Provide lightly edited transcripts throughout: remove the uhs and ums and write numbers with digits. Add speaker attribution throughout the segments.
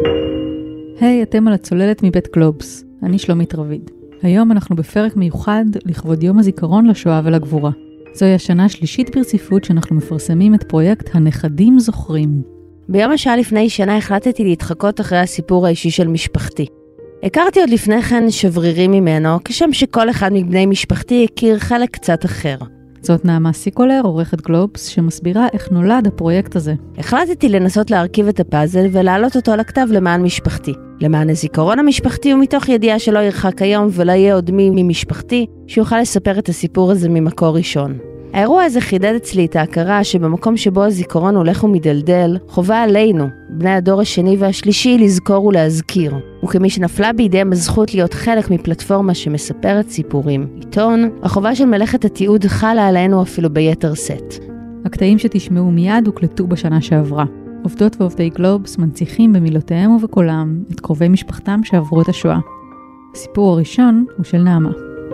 Speaker 1: היי, אתם על הצוללת מבית גלובס. אני שלומית רביד. היום אנחנו בפרק מיוחד לכבוד יום הזיכרון לשואה ולגבורה. זוהי השנה השלישית ברציפות שאנחנו מפרסמים את פרויקט הנכדים זוכרים.
Speaker 2: ביום השעה לפני שנה החלטתי להתחקות אחרי הסיפור האישי של משפחתי. הכרתי עוד לפני כן שברירים ממנו, כשם שכל אחד מבני משפחתי הכיר חלק קצת אחר.
Speaker 1: זאת נעמה סיקולר, עורכת גלובס, שמסבירה איך נולד הפרויקט הזה.
Speaker 2: החלטתי לנסות להרכיב את הפאזל ולהעלות אותו לכתב למען משפחתי. למען הזיכרון המשפחתי ומתוך ידיעה שלא ירחק היום ולא יהיה עוד מי ממשפחתי שיוכל לספר את הסיפור הזה ממקור ראשון. האירוע הזה חידד אצלי את ההכרה שבמקום שבו הזיכרון הולך ומדלדל, חובה עלינו, בני הדור השני והשלישי, לזכור ולהזכיר. וכמי שנפלה בידיהם הזכות להיות חלק מפלטפורמה שמספרת סיפורים, עיתון, החובה של מלאכת התיעוד חלה עלינו אפילו ביתר סט.
Speaker 1: הקטעים שתשמעו מיד הוקלטו בשנה שעברה. עובדות ועובדי גלובס מנציחים במילותיהם ובקולם את קרובי משפחתם שעברו את השואה. הסיפור הראשון הוא של נעמה.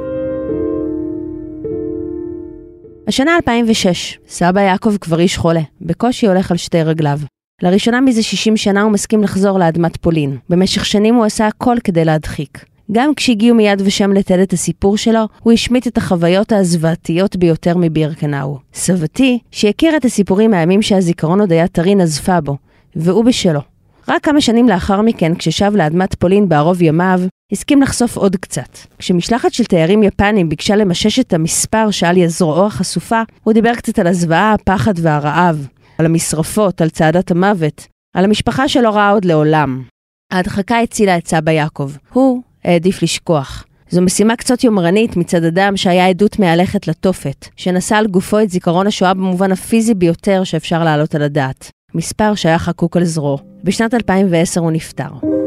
Speaker 2: השנה 2006, סבא יעקב כבר איש חולה, בקושי הולך על שתי רגליו. לראשונה מזה 60 שנה הוא מסכים לחזור לאדמת פולין. במשך שנים הוא עשה הכל כדי להדחיק. גם כשהגיעו מיד ושם לתת את הסיפור שלו, הוא השמיט את החוויות הזוועתיות ביותר מבירקנאו. סבתי, שהכיר את הסיפורים מהימים שהזיכרון עוד היה טרי, נזפה בו, והוא בשלו. רק כמה שנים לאחר מכן, כששב לאדמת פולין בערוב ימיו, הסכים לחשוף עוד קצת. כשמשלחת של תיירים יפנים ביקשה למשש את המספר שעל יזרועו החשופה, הוא דיבר קצת על הזוועה, הפחד והרעב, על המשרפות, על צעדת המוות, על המשפחה שלא ראה עוד לעולם. ההדחקה הצילה את סבא יעקב. הוא העדיף לשכוח. זו משימה קצת יומרנית מצד אדם שהיה עדות מהלכת לתופת, שנשא על גופו את זיכרון השואה במובן הפיזי ביותר שאפשר להעלות על הדעת. מספר שהיה חקוק על זרוע. בשנת 2010 הוא נפטר.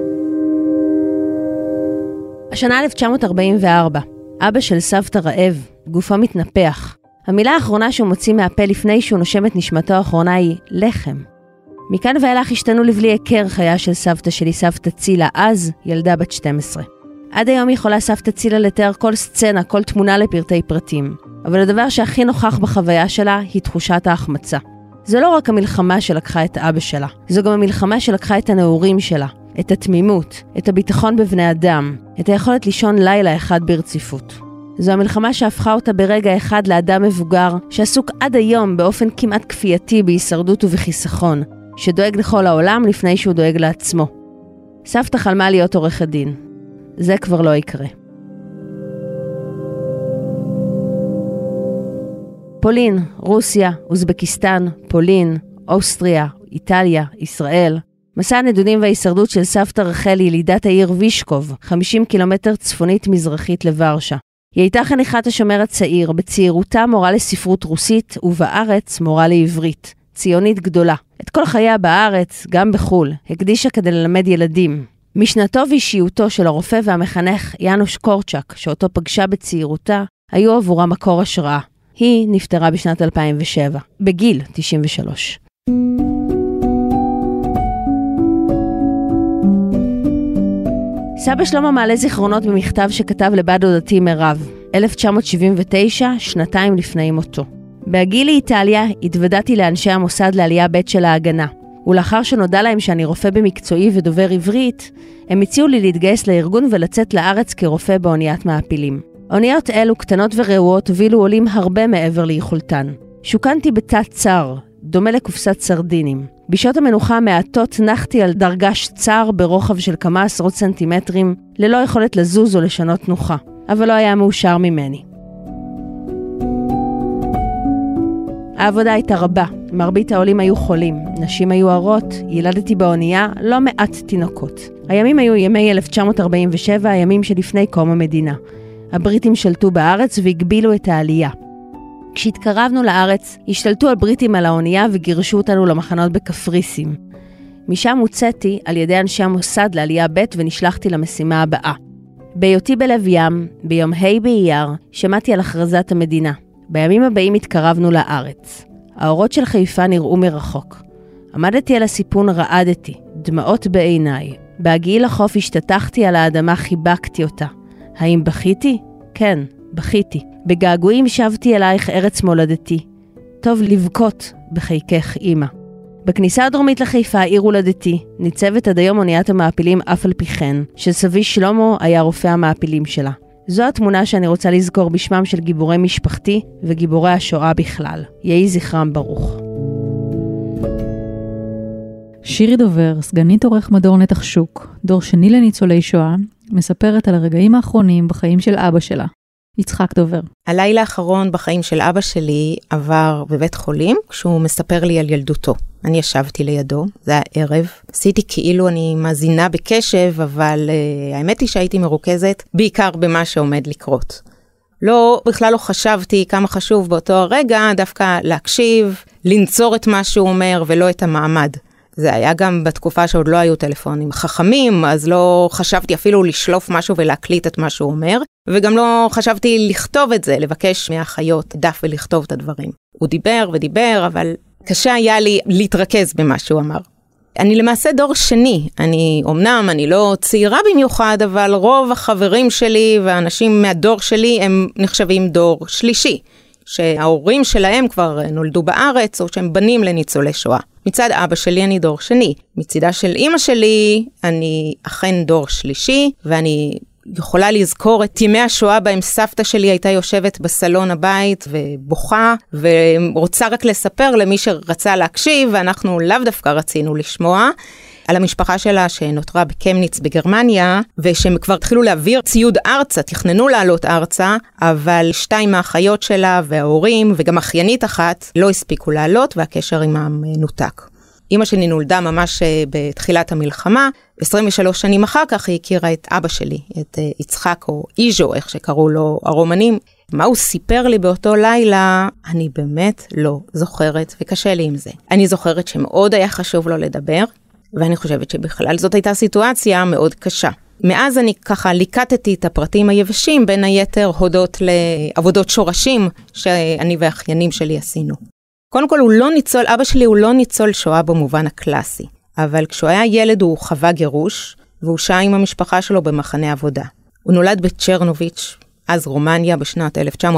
Speaker 2: השנה 1944. אבא של סבתא רעב, גופו מתנפח. המילה האחרונה שהוא מוציא מהפה לפני שהוא נושם את נשמתו האחרונה היא לחם. מכאן ואילך השתנו לבלי הכר חיה של סבתא שלי, סבתא צילה, אז ילדה בת 12. עד היום יכולה סבתא צילה לתאר כל סצנה, כל תמונה לפרטי פרטים. אבל הדבר שהכי נוכח בחוויה שלה היא תחושת ההחמצה. זו לא רק המלחמה שלקחה את אבא שלה, זו גם המלחמה שלקחה את הנעורים שלה, את התמימות, את הביטחון בבני אדם, את היכולת לישון לילה אחד ברציפות. זו המלחמה שהפכה אותה ברגע אחד לאדם מבוגר, שעסוק עד היום באופן כמעט כפייתי בהישרדות ובחיסכון, שדואג לכל העולם לפני שהוא דואג לעצמו. סבתא חלמה להיות עורכת דין. זה כבר לא יקרה. פולין, רוסיה, אוזבקיסטן, פולין, אוסטריה, איטליה, ישראל. מסע הנדודים וההישרדות של סבתא רחל, ילידת העיר וישקוב, 50 קילומטר צפונית מזרחית לוורשה. היא הייתה חניכת השומר הצעיר, בצעירותה מורה לספרות רוסית, ובארץ מורה לעברית. ציונית גדולה. את כל חייה בארץ, גם בחול, הקדישה כדי ללמד ילדים. משנתו ואישיותו של הרופא והמחנך יאנוש קורצ'ק, שאותו פגשה בצעירותה, היו עבורה מקור השראה. היא נפטרה בשנת 2007, בגיל 93. סבא שלמה מעלה זיכרונות במכתב שכתב לבת דודתי מירב, 1979, שנתיים לפני מותו. בהגיעי לאיטליה התוודעתי לאנשי המוסד לעלייה ב' של ההגנה, ולאחר שנודע להם שאני רופא במקצועי ודובר עברית, הם הציעו לי להתגייס לארגון ולצאת לארץ כרופא באוניית מעפילים. אוניות אלו קטנות ורעועות הובילו עולים הרבה מעבר ליכולתן. שוקנתי בתת צר, דומה לקופסת סרדינים. בשעות המנוחה המעטות נחתי על דרגש צר ברוחב של כמה עשרות סנטימטרים, ללא יכולת לזוז או לשנות תנוחה, אבל לא היה מאושר ממני. העבודה הייתה רבה, מרבית העולים היו חולים, נשים היו הרות, ילדתי באונייה, לא מעט תינוקות. הימים היו ימי 1947, הימים שלפני קום המדינה. הבריטים שלטו בארץ והגבילו את העלייה. כשהתקרבנו לארץ, השתלטו הבריטים על האונייה וגירשו אותנו למחנות בקפריסין. משם הוצאתי על ידי אנשי המוסד לעלייה ב' ונשלחתי למשימה הבאה. בהיותי בלב ים, ביום ה' באייר, שמעתי על הכרזת המדינה. בימים הבאים התקרבנו לארץ. האורות של חיפה נראו מרחוק. עמדתי על הסיפון, רעדתי, דמעות בעיניי. בהגיעי לחוף השתתחתי על האדמה, חיבקתי אותה. האם בכיתי? כן, בכיתי. בגעגועים שבתי אלייך ארץ מולדתי. טוב לבכות בחיקך אמא. בכניסה הדרומית לחיפה, עיר הולדתי, ניצבת עד היום אוניית המעפילים אף על פי כן, שסבי שלמה היה רופא המעפילים שלה. זו התמונה שאני רוצה לזכור בשמם של גיבורי משפחתי וגיבורי השואה בכלל. יהי זכרם ברוך.
Speaker 1: שירי דובר, סגנית עורך מדור נתח שוק, דור שני לניצולי שואה, מספרת על הרגעים האחרונים בחיים של אבא שלה, יצחק דובר.
Speaker 3: הלילה האחרון בחיים של אבא שלי עבר בבית חולים, כשהוא מספר לי על ילדותו. אני ישבתי לידו, זה היה ערב. עשיתי כאילו אני מאזינה בקשב, אבל האמת היא שהייתי מרוכזת בעיקר במה שעומד לקרות. בכלל לא חשבתי כמה חשוב באותו הרגע, דווקא להקשיב, לנצור את מה שהוא אומר ולא את המעמד. זה היה גם בתקופה שעוד לא היו טלפונים חכמים, אז לא חשבתי אפילו לשלוף משהו ולהקליט את מה שהוא אומר, וגם לא חשבתי לכתוב את זה, לבקש מהאחיות דף ולכתוב את הדברים. הוא דיבר ודיבר, אבל קשה היה לי להתרכז במה שהוא אמר. אני למעשה דור שני, אמנם אני לא צעירה במיוחד, אבל רוב החברים שלי והאנשים מהדור שלי הם נחשבים דור שלישי, שההורים שלהם כבר נולדו בארץ, או שהם בנים לניצולי שואה. מצד אבא שלי אני דור שני. מצידה של אמא שלי אני אכן דור שלישי, ואני יכולה לזכור את ימי השואה בהם סבתא שלי הייתה יושבת בסלון הבית ובוכה, ורוצה רק לספר למי שרצה להקשיב, ואנחנו לאו דווקא רצינו לשמוע. על המשפחה שלה שנותרה בקמניץ בגרמניה, ושהם כבר התחילו להעביר ציוד ארצה, תכננו לעלות ארצה, אבל 2 מהאחיות שלה וההורים, וגם אחיינית אחת, לא הספיקו לעלות, והקשר עמם נותק. אמא שלי נולדה ממש בתחילת המלחמה, 23 שנים אחר כך היא הכירה את אבא שלי, את יצחק או איז'ו, איך שקראו לו הרומנים. מה הוא סיפר לי באותו לילה, אני באמת לא זוכרת, וקשה לי עם זה. אני זוכרת שמאוד היה חשוב לו לדבר, ואני חושבת שבכלל זאת הייתה סיטואציה מאוד קשה. מאז אני ככה ליקטתי את הפרטים היבשים, בין היתר הודות לעבודות שורשים שאני והאחיינים שלי עשינו. קודם כל אבא שלי הוא לא ניצול שואה במובן הקלאסי, אבל כשהוא היה ילד הוא חווה גירוש, והוא שהה עם המשפחה שלו במחנה עבודה. הוא נולד בצ'רנוביץ', אז רומניה, בשנת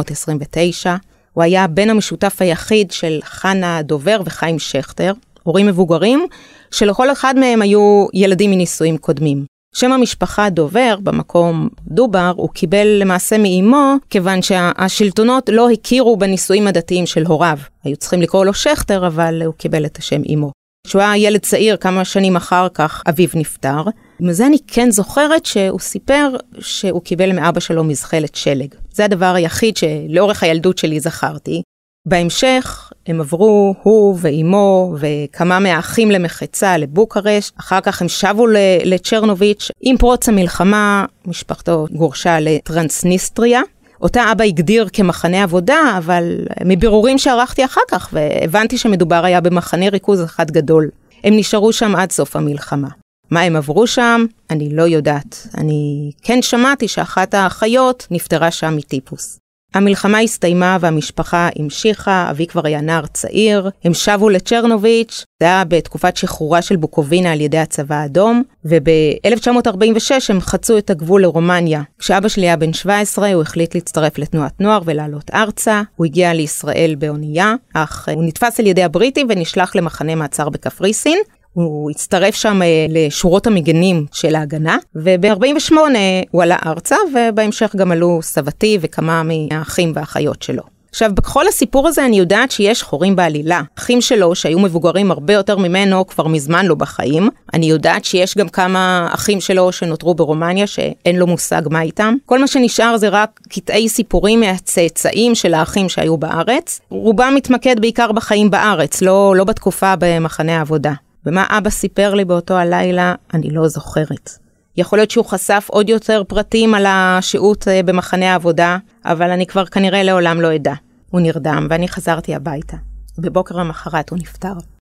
Speaker 3: 1929. הוא היה הבן המשותף היחיד של חנה דובר וחיים שכטר, הורים מבוגרים, שלכל אחד מהם היו ילדים מנישואים קודמים. שם המשפחה דובר, במקום דובר, הוא קיבל למעשה מאימו, כיוון שהשלטונות לא הכירו בנישואים הדתיים של הוריו. היו צריכים לקרוא לו שכטר, אבל הוא קיבל את השם אימו. כשהוא היה ילד צעיר, כמה שנים אחר כך, אביו נפטר. ומזה אני כן זוכרת שהוא סיפר שהוא קיבל מאבא שלו מזחלת שלג. זה הדבר היחיד שלאורך הילדות שלי זכרתי. בהמשך הם עברו, הוא ואימו וכמה מהאחים למחצה לבוקרשט. אחר כך הם שבו לצ'רנוביץ'. עם פרוץ המלחמה, משפחתו גורשה לטרנסניסטריה. אותה אבא הגדיר כמחנה עבודה, אבל מבירורים שערכתי אחר כך, והבנתי שמדובר היה במחנה ריכוז אחד גדול. הם נשארו שם עד סוף המלחמה. מה הם עברו שם? אני לא יודעת. אני כן שמעתי שאחת האחיות נפטרה שם מטיפוס. המלחמה הסתיימה והמשפחה המשיכה, אבי כבר היה נער צעיר, הם שבו לצ'רנוביץ', זה היה בתקופת שחרורה של בוקובינה על ידי הצבא האדום, וב-1946 הם חצו את הגבול לרומניה. כשאבא שלי היה בן 17, הוא החליט להצטרף לתנועת נוער ולעלות ארצה, הוא הגיע לישראל באונייה, אך הוא נתפס על ידי הבריטים ונשלח למחנה מעצר בקפריסין, הוא הצטרף שם לשורות המגנים של ההגנה, וב-48 הוא עלה ארצה, ובהמשך גם עלו סבתי וכמה מהאחים והאחיות שלו. עכשיו, בכל הסיפור הזה אני יודעת שיש חורים בעלילה. אחים שלו, שהיו מבוגרים הרבה יותר ממנו, כבר מזמן לא בחיים. אני יודעת שיש גם כמה אחים שלו שנותרו ברומניה, שאין לו מושג מה איתם. כל מה שנשאר זה רק קטעי סיפורים מהצאצאים של האחים שהיו בארץ. רובם מתמקד בעיקר בחיים בארץ, לא בתקופה במחנה העבודה. ומה אבא סיפר לי באותו הלילה, אני לא זוכרת. יכול להיות שהוא חשף עוד יותר פרטים על השהות במחנה העבודה, אבל אני כבר כנראה לעולם לא אדע. הוא נרדם ואני חזרתי הביתה. בבוקר המחרת הוא נפטר.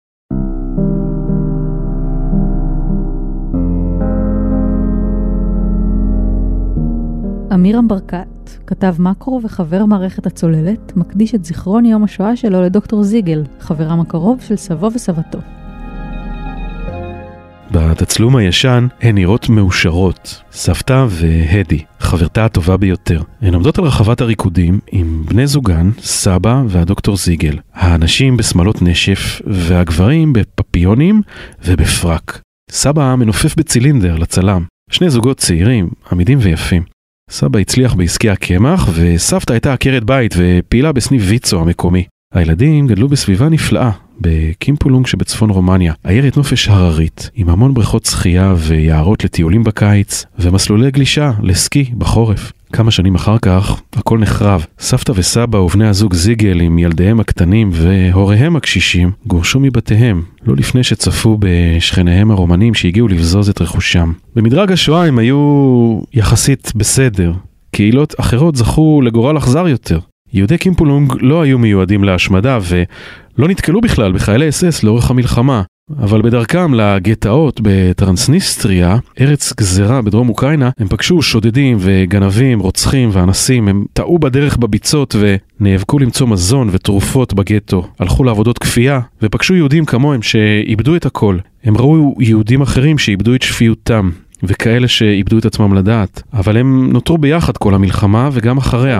Speaker 1: אמירם ברקת, כתב מקרו וחבר מערכת הצוללת, מקדיש את זיכרון יום השואה שלו לדוקטור זיגל, חברם הקרוב של סבו וסבתו.
Speaker 4: בתצלום הישן הן נראות מאושרות. סבתא והדי, חברתה הטובה ביותר. הן עומדות על רחבת הריקודים עם בני זוגן, סבא והדוקטור זיגל. האנשים בשמלות נשף והגברים בפפיונים ובפרק. סבא מנופף בצילינדר לצלם. שני זוגות צעירים, עמידים ויפים. סבא הצליח בעסקי הקמח וסבתא הייתה עקרת בית ופעילה בסניף ויצו המקומי. הילדים גדלו בסביבה נפלאה, בקימפולונג שבצפון רומניה, עיירת נופש הררית, עם המון בריכות שחייה ויערות לטיולים בקיץ, ומסלולי גלישה לסקי בחורף. כמה שנים אחר כך, הכל נחרב. סבתא וסבא ובני הזוג זיגל עם ילדיהם הקטנים והוריהם הקשישים גורשו מבתיהם, לא לפני שצפו בשכניהם הרומנים שהגיעו לבזוז את רכושם. במדרג השואה הם היו יחסית בסדר. קהילות אחרות זכו לגורל אכזר יותר. יהודי קימפולונג לא היו מיועדים להשמדה ולא נתקלו בכלל בחיילי אס-אס לאורך המלחמה, אבל בדרכם לגטאות בטרנסניסטריה, ארץ גזרה בדרום אוקראינה, הם פגשו שודדים וגנבים, רוצחים ואנסים, הם טעו בדרך בביצות ונאבקו למצוא מזון ותרופות בגטו, הלכו לעבודות כפייה ופגשו יהודים כמוהם שאיבדו את הכל. הם ראו יהודים אחרים שאיבדו את שפיותם וכאלה שאיבדו את עצמם לדעת, אבל הם נותרו ביחד כל המלחמה וגם אחריה.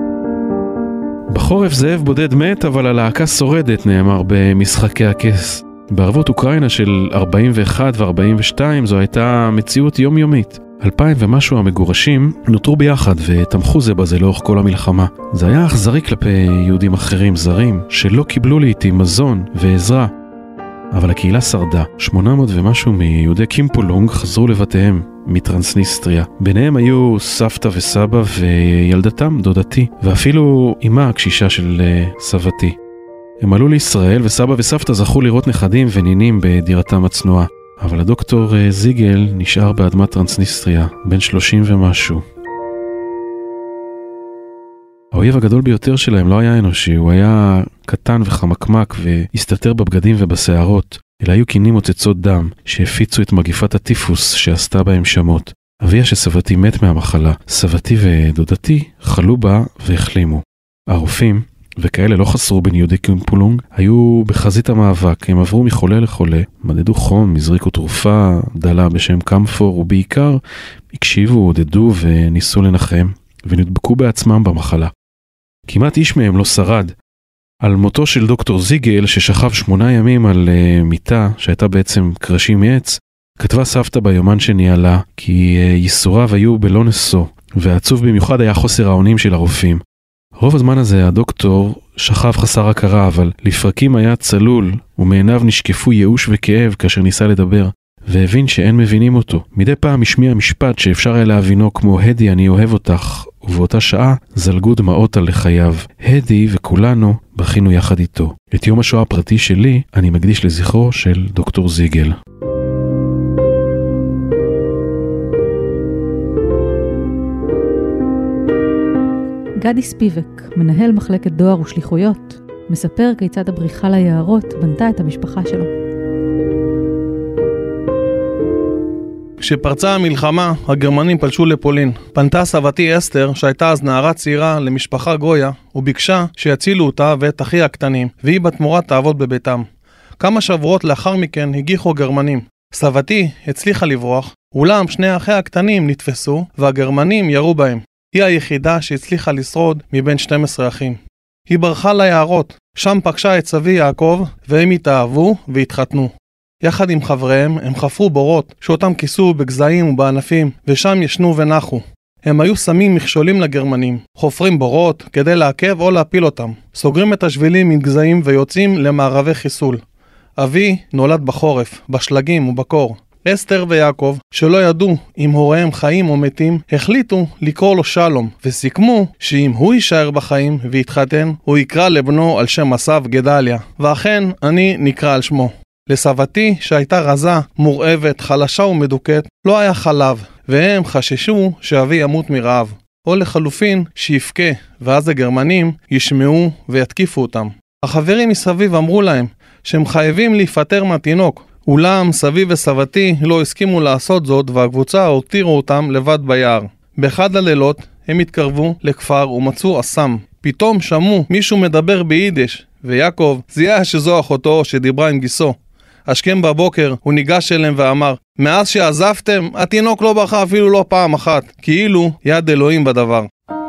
Speaker 4: בחורף זאב בודד מת, אבל הלהקה שורדת, נאמר במשחקי הכס. בערבות אוקראינה של 41 ו-42 זו הייתה מציאות יומיומית. 2000 ומשהו המגורשים נותרו ביחד ותמכו זה בזה לאורך כל המלחמה. זה היה אכזרי כלפי יהודים אחרים זרים שלא קיבלו לעתים מזון ועזרה. אבל הקהילה שרדה. 800 ומשהו מיהודי קימפולונג חזרו לבתיהם מטרנסניסטריה. ביניהם היו סבתא וסבא וילדתם, דודתי, ואפילו אמא הקשישה של סבתי. הם עלו לישראל וסבא וסבתא זכו לראות נכדים ונינים בדירתם הצנועה. אבל הדוקטור זיגל נשאר באדמת טרנסניסטריה, בן 30 ומשהו. האויב הגדול ביותר שלהם לא היה אנושי, הוא היה קטן וחמקמק והסתתר בבגדים ובשערות, אלא היו קינים מוצצות דם שהפיצו את מגיפת הטיפוס שעשתה בהם שמות. אביה שסבתי מת מהמחלה, סבתי ודודתי חלו בה והחלימו. הרופאים, וכאלה לא חסרו בין יהודי קימפולונג, היו בחזית המאבק, הם עברו מחולה לחולה, מדדו חום, הזריקו תרופה דלה בשם קמפור, ובעיקר הקשיבו, עודדו וניסו לנחם, ונדבקו בעצמם במחלה. כמעט איש מהם לא שרד. על מותו של דוקטור זיגל, ששכב 8 ימים על מיטה, שהייתה בעצם קרשים מעץ, כתבה סבתא ביומן שניהלה, כי ייסוריו היו בלא נשוא, והעצוב במיוחד היה חוסר האונים של הרופאים. רוב הזמן הזה הדוקטור שכב חסר הכרה, אבל לפרקים היה צלול, ומעיניו נשקפו ייאוש וכאב כאשר ניסה לדבר, והבין שאין מבינים אותו. מדי פעם השמיע משפט שאפשר היה להבינו כמו הדי אני אוהב אותך, ובאותה שעה זלגו דמעות על לחייו. הדי וכולנו בכינו יחד איתו. את יום השואה הפרטי שלי אני מקדיש לזכרו של דוקטור זיגל.
Speaker 1: גדי ספיבק, מנהל מחלקת דואר ושליחויות, מספר כיצד הבריחה ליערות בנתה את המשפחה שלו.
Speaker 5: כשפרצה המלחמה, הגרמנים פלשו לפולין. פנתה סבתי אסתר, שהייתה אז נערה צעירה, למשפחה גויה, וביקשה שיצילו אותה ואת אחיה הקטנים, והיא בתמורה תעבוד בביתם. כמה שבועות לאחר מכן הגיחו הגרמנים. סבתי הצליחה לברוח, אולם שני אחיה הקטנים נתפסו, והגרמנים ירו בהם. היא היחידה שהצליחה לשרוד מבין 12 אחים. היא ברחה ליערות, שם פגשה את סבי יעקב, והם התאהבו והתחתנו. יחד עם חבריהם הם חפרו בורות שאותם כיסו בגזעים ובענפים, ושם ישנו ונחו. הם היו שמים מכשולים לגרמנים, חופרים בורות כדי לעכב או להפיל אותם, סוגרים את השבילים עם גזעים ויוצאים למערבי חיסול. אבי נולד בחורף, בשלגים ובקור. אסתר ויעקב, שלא ידעו אם הוריהם חיים או מתים, החליטו לקרוא לו שלום, וסיכמו שאם הוא יישאר בחיים ויתחתן, הוא יקרא לבנו על שם אסף גדליה, ואכן אני נקרא על שמו. לסבתי, שהייתה רזה, מורעבת, חלשה ומדוכאת, לא היה חלב, והם חששו שאבי ימות מרעב. או לחלופין, שיפקה, ואז הגרמנים ישמעו ויתקיפו אותם. החברים מסביב אמרו להם שהם חייבים להיפטר מהתינוק, אולם סבי וסבתי לא הסכימו לעשות זאת, והקבוצה הותירו אותם לבד ביער. באחד הלילות הם התקרבו לכפר ומצאו אסם. פתאום שמעו מישהו מדבר ביידיש, ויעקב זיהה שזו אחותו שדיברה עם גיסו. השכם בבוקר הוא ניגש אליהם ואמר, מאז שעזבתם, התינוק לא בכה אפילו לא פעם אחת, כאילו יד אלוהים בדבר.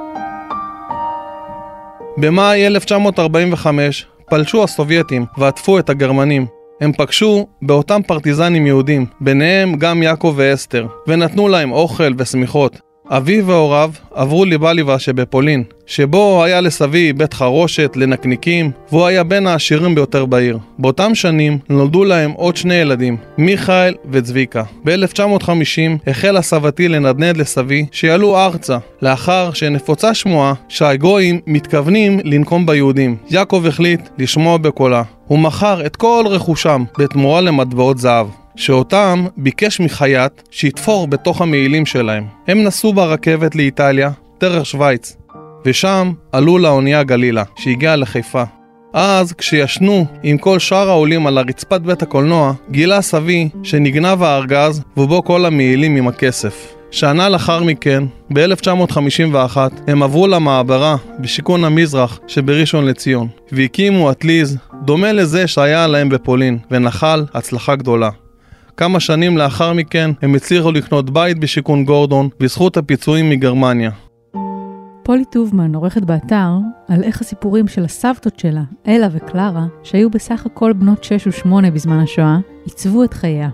Speaker 5: במאי 1945 פלשו הסובייטים ועטפו את הגרמנים. הם פגשו באותם פרטיזנים יהודים, ביניהם גם יעקב ואסתר, ונתנו להם אוכל וסמיכות. אבי והוריו עברו לבליבה שבפולין, שבו היה לסבי בית חרושת לנקניקים, והוא היה בין העשירים ביותר בעיר. באותם שנים נולדו להם עוד שני ילדים, מיכאל וצביקה. ב-1950 החלה סבתי לנדנד לסבי שיעלו ארצה, לאחר שנפוצה שמועה שהגויים מתכוונים לנקום ביהודים. יעקב החליט לשמוע בקולה. הוא מכר את כל רכושם בתמורה למטבעות זהב, שאותם ביקש מחייט שיתפור בתוך המעילים שלהם. הם נסעו ברכבת לאיטליה, דרך שוויץ, ושם עלו לאונייה גלילה, שהגיעה לחיפה. אז כשישנו עם כל שאר העולים על הרצפת בית הקולנוע, גילה סבי שנגנב הארגז ובו כל המעילים עם הכסף. שנה לאחר מכן, ב-1951, הם עברו למעברה בשיכון המזרח שבראשון לציון, והקימו אטליז דומה לזה שהיה להם בפולין, ונחל הצלחה גדולה. כמה שנים לאחר מכן הם הצליחו לקנות בית בשיכון גורדון בזכות הפיצויים מגרמניה.
Speaker 1: פולי טובמן עורכת באתר על איך הסיפורים של הסבתות שלה, אלה וקלרה, שהיו בסך הכל בנות 6 ו8 בזמן השואה, עיצבו את חייה.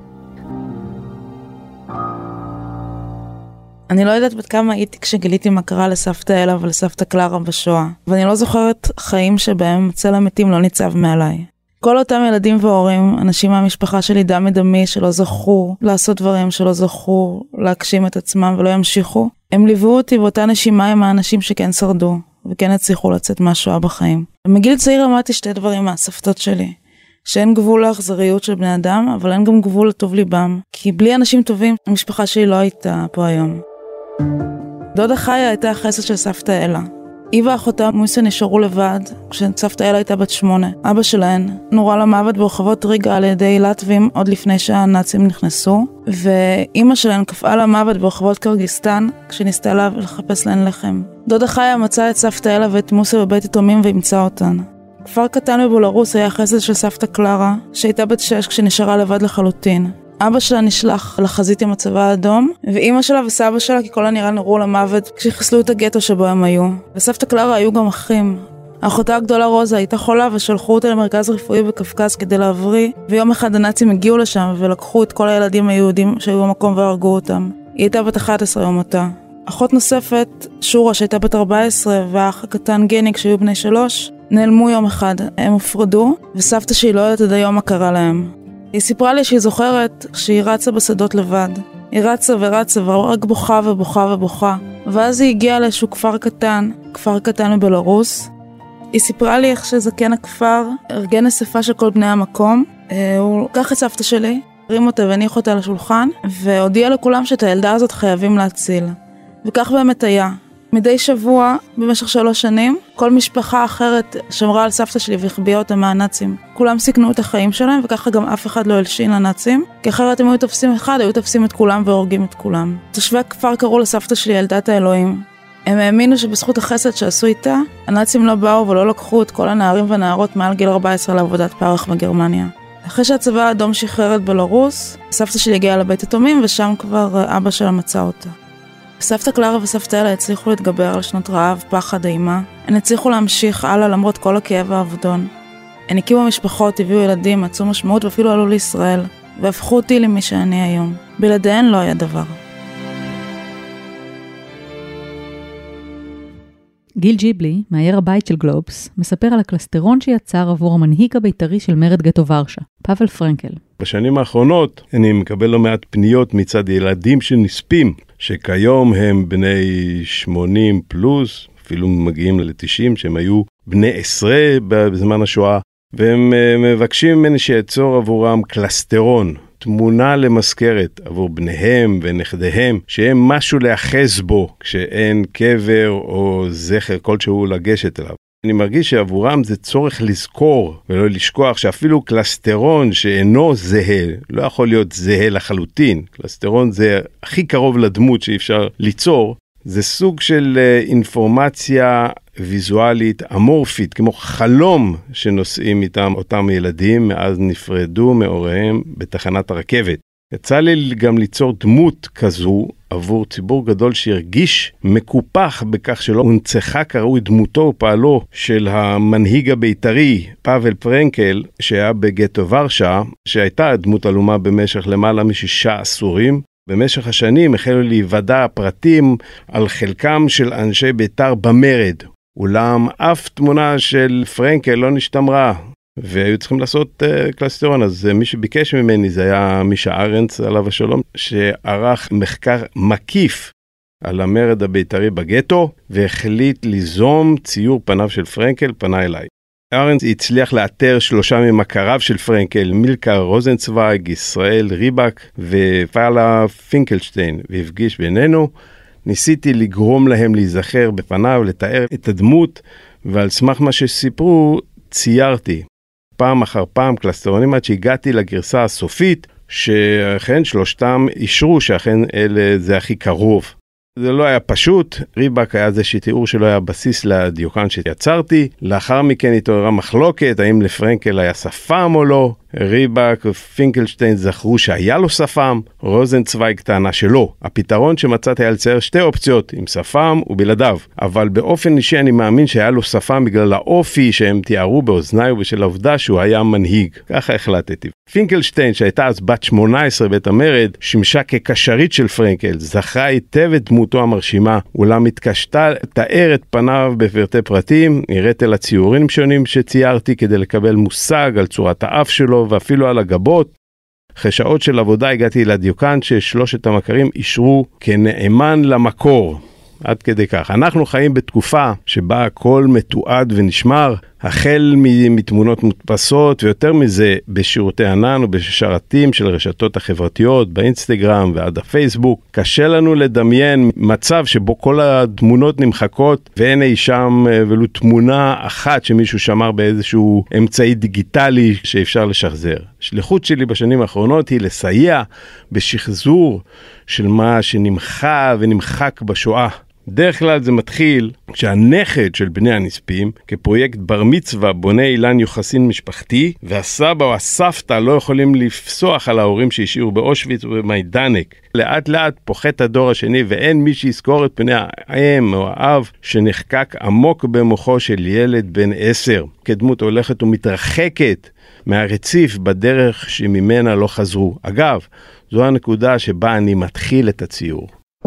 Speaker 6: אני לא יודעת בת כמה הייתי כשגיליתי מה קרה לסבתא אלה ולסבתא קלרה בשואה, ואני לא זוכרת חיים שבהם צל המתים לא ניצב מעליי. כל אותם ילדים והורים, אנשים מהמשפחה שלי דם מדמי שלא זכו לעשות דברים, שלא זכו להגשים את עצמם ולא ימשיכו, הם ליוו אותי באותה נשימה עם האנשים שכן שרדו וכן הצליחו לצאת מהשואה בחיים. מגיל צעיר למדתי שתי דברים מהסבתות שלי, שאין גבול לאכזריות של בני אדם, אבל אין גם גבול לטוב ליבם, כי בלי אנשים טובים המשפחה שלי לא הייתה פה היום. דודה חיה הייתה החסד של סבתא אלה. היא ואחותה מויסה נשארו לבד כשסבתא אלה הייתה בת 8. אבא שלהן נורה למוות ברחובות ריגה על ידי לטבים עוד לפני שהנאצים נכנסו, ואימא שלהן קפאה למוות ברחובות קרגיסטן כשניסתה לחפש להן לחם. דודה חיה מצאה את סבתא אלה ואת מוסה בבית יתומים והמצאה אותן. כפר קטן בבולרוס היה חסד של סבתא קלרה שהייתה בת 6 כשנשארה לבד לחלוטין. אבא שלה נשלח לחזית עם הצבא האדום, ואימא שלה וסבא שלה ככל הנראה נורו למוות כשחיסלו את הגטו שבו הם היו. וסבתא קלרה היו גם אחים. האחותה הגדולה רוזה הייתה חולה ושלחו אותה למרכז רפואי בקפקז כדי להבריא, ויום אחד הנאצים הגיעו לשם ולקחו את כל הילדים היהודים שהיו במקום והרגו אותם. היא הייתה בת 11 יום אותה. אחות נוספת, שורה שהייתה בת 14, והאח הקטן גניק שהיו בני 3, נעלמו יום אחד. הם הופרדו, וסבתא שהיא לא יודעת עד היום מה קרה להם. היא סיפרה לי שהיא זוכרת שהיא רצה בשדות לבד. היא רצה ורצה ורק בוכה ובוכה ובוכה. ואז היא הגיעה לאיזשהו כפר קטן בבלרוס. היא סיפרה לי איך שזקן הכפר ארגן אספה של כל בני המקום. הוא לקח את סבתא שלי, הרים אותה והניח אותה לשולחן, והודיע לכולם שאת הילדה הזאת חייבים להציל. וכך באמת היה. מדי שבוע, במשך 3 שנים, כל משפחה אחרת שמרה על סבתא שלי והחביאה אותה מהנאצים. כולם סיכנו את החיים שלהם, וככה גם אף אחד לא הלשין לנאצים, כי אחרת הם היו תופסים אחד, היו תופסים את כולם והורגים את כולם. תושבי הכפר קראו לסבתא שלי ילדת האלוהים. הם האמינו שבזכות החסד שעשו איתה, הנאצים לא באו ולא לקחו את כל הנערים והנערות מעל גיל 14 לעבודת פרח בגרמניה. אחרי שהצבא האדום שחרר את בלרוס, סבתא שלי הגיעה לבית יתומים, ושם כבר אבא שלה מצא אותה. סבתא קלרה וסבתא אלה הצליחו להתגבר על שנות רעב, פחד, אימה. הן הצליחו להמשיך הלאה למרות כל הכאב והאבדון. הן הקימו משפחות, הביאו ילדים, מצאו משמעות ואפילו עלו לישראל, והפכו אותי למי שאני היום. בלעדיהן לא היה דבר.
Speaker 1: גיל ג'יבלי, מאייר הבית של גלובס, מספר על הקלסטרון שיצר עבור המנהיג הבית"רי של מרד גטו ורשה, פאבל פרנקל.
Speaker 7: בשנים האחרונות אני מקבל לא מעט פניות מצד ילדים שנספים, שכיום הם בני 80 פלוס, אפילו מגיעים ל-90, שהם היו בני 10 בזמן השואה, והם מבקשים ממני שיצור עבורם קלסטרון, תמונה למזכרת עבור בניהם ונכדיהם, שהם משהו לאחז בו כשאין קבר או זכר כלשהו לגשת אליו. אני מרגיש שעבורם זה צורך לזכור ולא לשכוח שאפילו קלסטרון שאינו זהה, לא יכול להיות זהה לחלוטין. קלסטרון זה הכי קרוב לדמות שאפשר ליצור. זה סוג של אינפורמציה ויזואלית אמורפית, כמו חלום שנוסעים איתם אותם ילדים, מאז נפרדו מהוריהם בתחנת הרכבת. יצא לי גם ליצור דמות כזו עבור ציבור גדול שהרגיש מקופח בכך שלא הונצחה כראוי דמותו ופעלו של המנהיג הבית"רי פאבל פרנקל, שהיה בגטו ורשה, שהייתה דמות עלומה במשך למעלה מ6 עשורים. במשך השנים החלו להיוודע פרטים על חלקם של אנשי בית"ר במרד, אולם אף תמונה של פרנקל לא נשתמרה, והיו צריכים לעשות קלסטרון. אז מי שביקש ממני זה היה מישה ארנץ עליו השלום, שערך מחקר מקיף על המרד הבית"רי בגטו, והחליט ליזום ציור פניו של פרנקל, פנה אליי. ארנץ הצליח לאתר 3 ממכריו של פרנקל, מילכה רוזנצוויג, ישראל ריבק ופאלה פינקלשטיין, והפגיש בינינו. ניסיתי לגרום להם להיזכר בפניו, לתאר את הדמות, ועל סמך מה שסיפרו ציירתי פעם אחר פעם קלסטרונים עד שהגעתי לגרסה הסופית, שאכן 3 אישרו שאכן זה הכי קרוב. זה לא היה פשוט, ריבק היה זה שתיאור שלו היה בסיס לדיוקן שיצרתי, לאחר מכן התעוררה מחלוקת, האם לפרנקל היה שפם או לא, ריבק ופינקלשטיין זכרו שהיה לו שפם, רוזנצוויג טענה שלא. הפתרון שמצאתי היה לצייר 2 אופציות, עם שפם ובלעדיו, אבל באופן אישי אני מאמין שהיה לו שפם בגלל האופי שהם תיארו באוזניי ובשל העובדה שהוא היה מנהיג, ככה החלטתי. פינקלשטיין שהייתה אז בת 18 בית המרד, שימשה כקשרית של פרנקל, זכרה היטב את דמותו המרשימה, אולם התקשתה לתאר את פניו בפרטי פרטים, נראית אל הציורים שונים שציירתי כדי לקבל מושג על צורת האף שלו ואפילו על הגבות. אחרי שעות של עבודה הגעתי לדיוקן ש3 המכרים אישרו כנאמן למקור. עד כדי כך. אנחנו חיים בתקופה שבה הכל מתועד ונשמר, החל מתמונות מודפסות ויותר מזה בשירותי ענן ובשרתים של רשתות החברתיות, באינסטגרם ועד הפייסבוק. קשה לנו לדמיין מצב שבו כל התמונות נמחקות ואין אי שם ולו תמונה אחת שמישהו שמר באיזשהו אמצעי דיגיטלי שאפשר לשחזר. השליחות שלי בשנים האחרונות היא לסייע בשחזור של מה שנמחה ונמחק בשואה. דרך כלל זה מתחיל כשהנכד של בני הנספים, כפרויקט בר מצווה בונה אילן יוחסין משפחתי, והסבא או הסבתא לא יכולים לפסוח על ההורים שהשאירו באושוויץ ובמיידנק. לאט לאט פוחת הדור השני ואין מי שיזכור את פני האם או האב שנחקק עמוק במוחו של ילד בן 10. כדמות הולכת ומתרחקת מהרציף בדרך שממנה לא חזרו. אגב, זו הנקודה שבה אני מתחיל את הציור.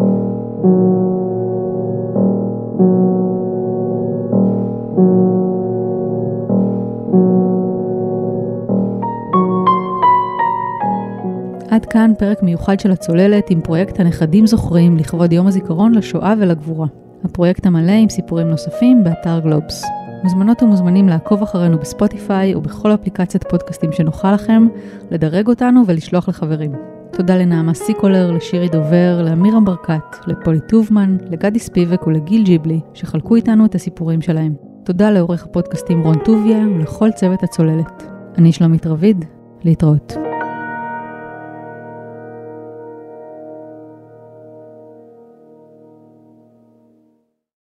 Speaker 1: עד כאן פרק מיוחד של הצוללת עם פרויקט הנכדים זוכרים לכבוד יום הזיכרון לשואה ולגבורה. הפרויקט המלא עם סיפורים נוספים באתר גלובס. מוזמנות ומוזמנים לעקוב אחרינו בספוטיפיי ובכל אפליקציית פודקאסטים שנוחה לכם, לדרג אותנו ולשלוח לחברים. תודה לנעמה סיקולר, לשירי דובר, לאמירם ברקת, לפולי טובמן, לגדי ספיבק ולגיל ג'יבלי, שחלקו איתנו את הסיפורים שלהם. תודה לעורך הפודקאסטים רון טוביה ולכל צוות הצוללת. אני שלומית רביד, להתראות.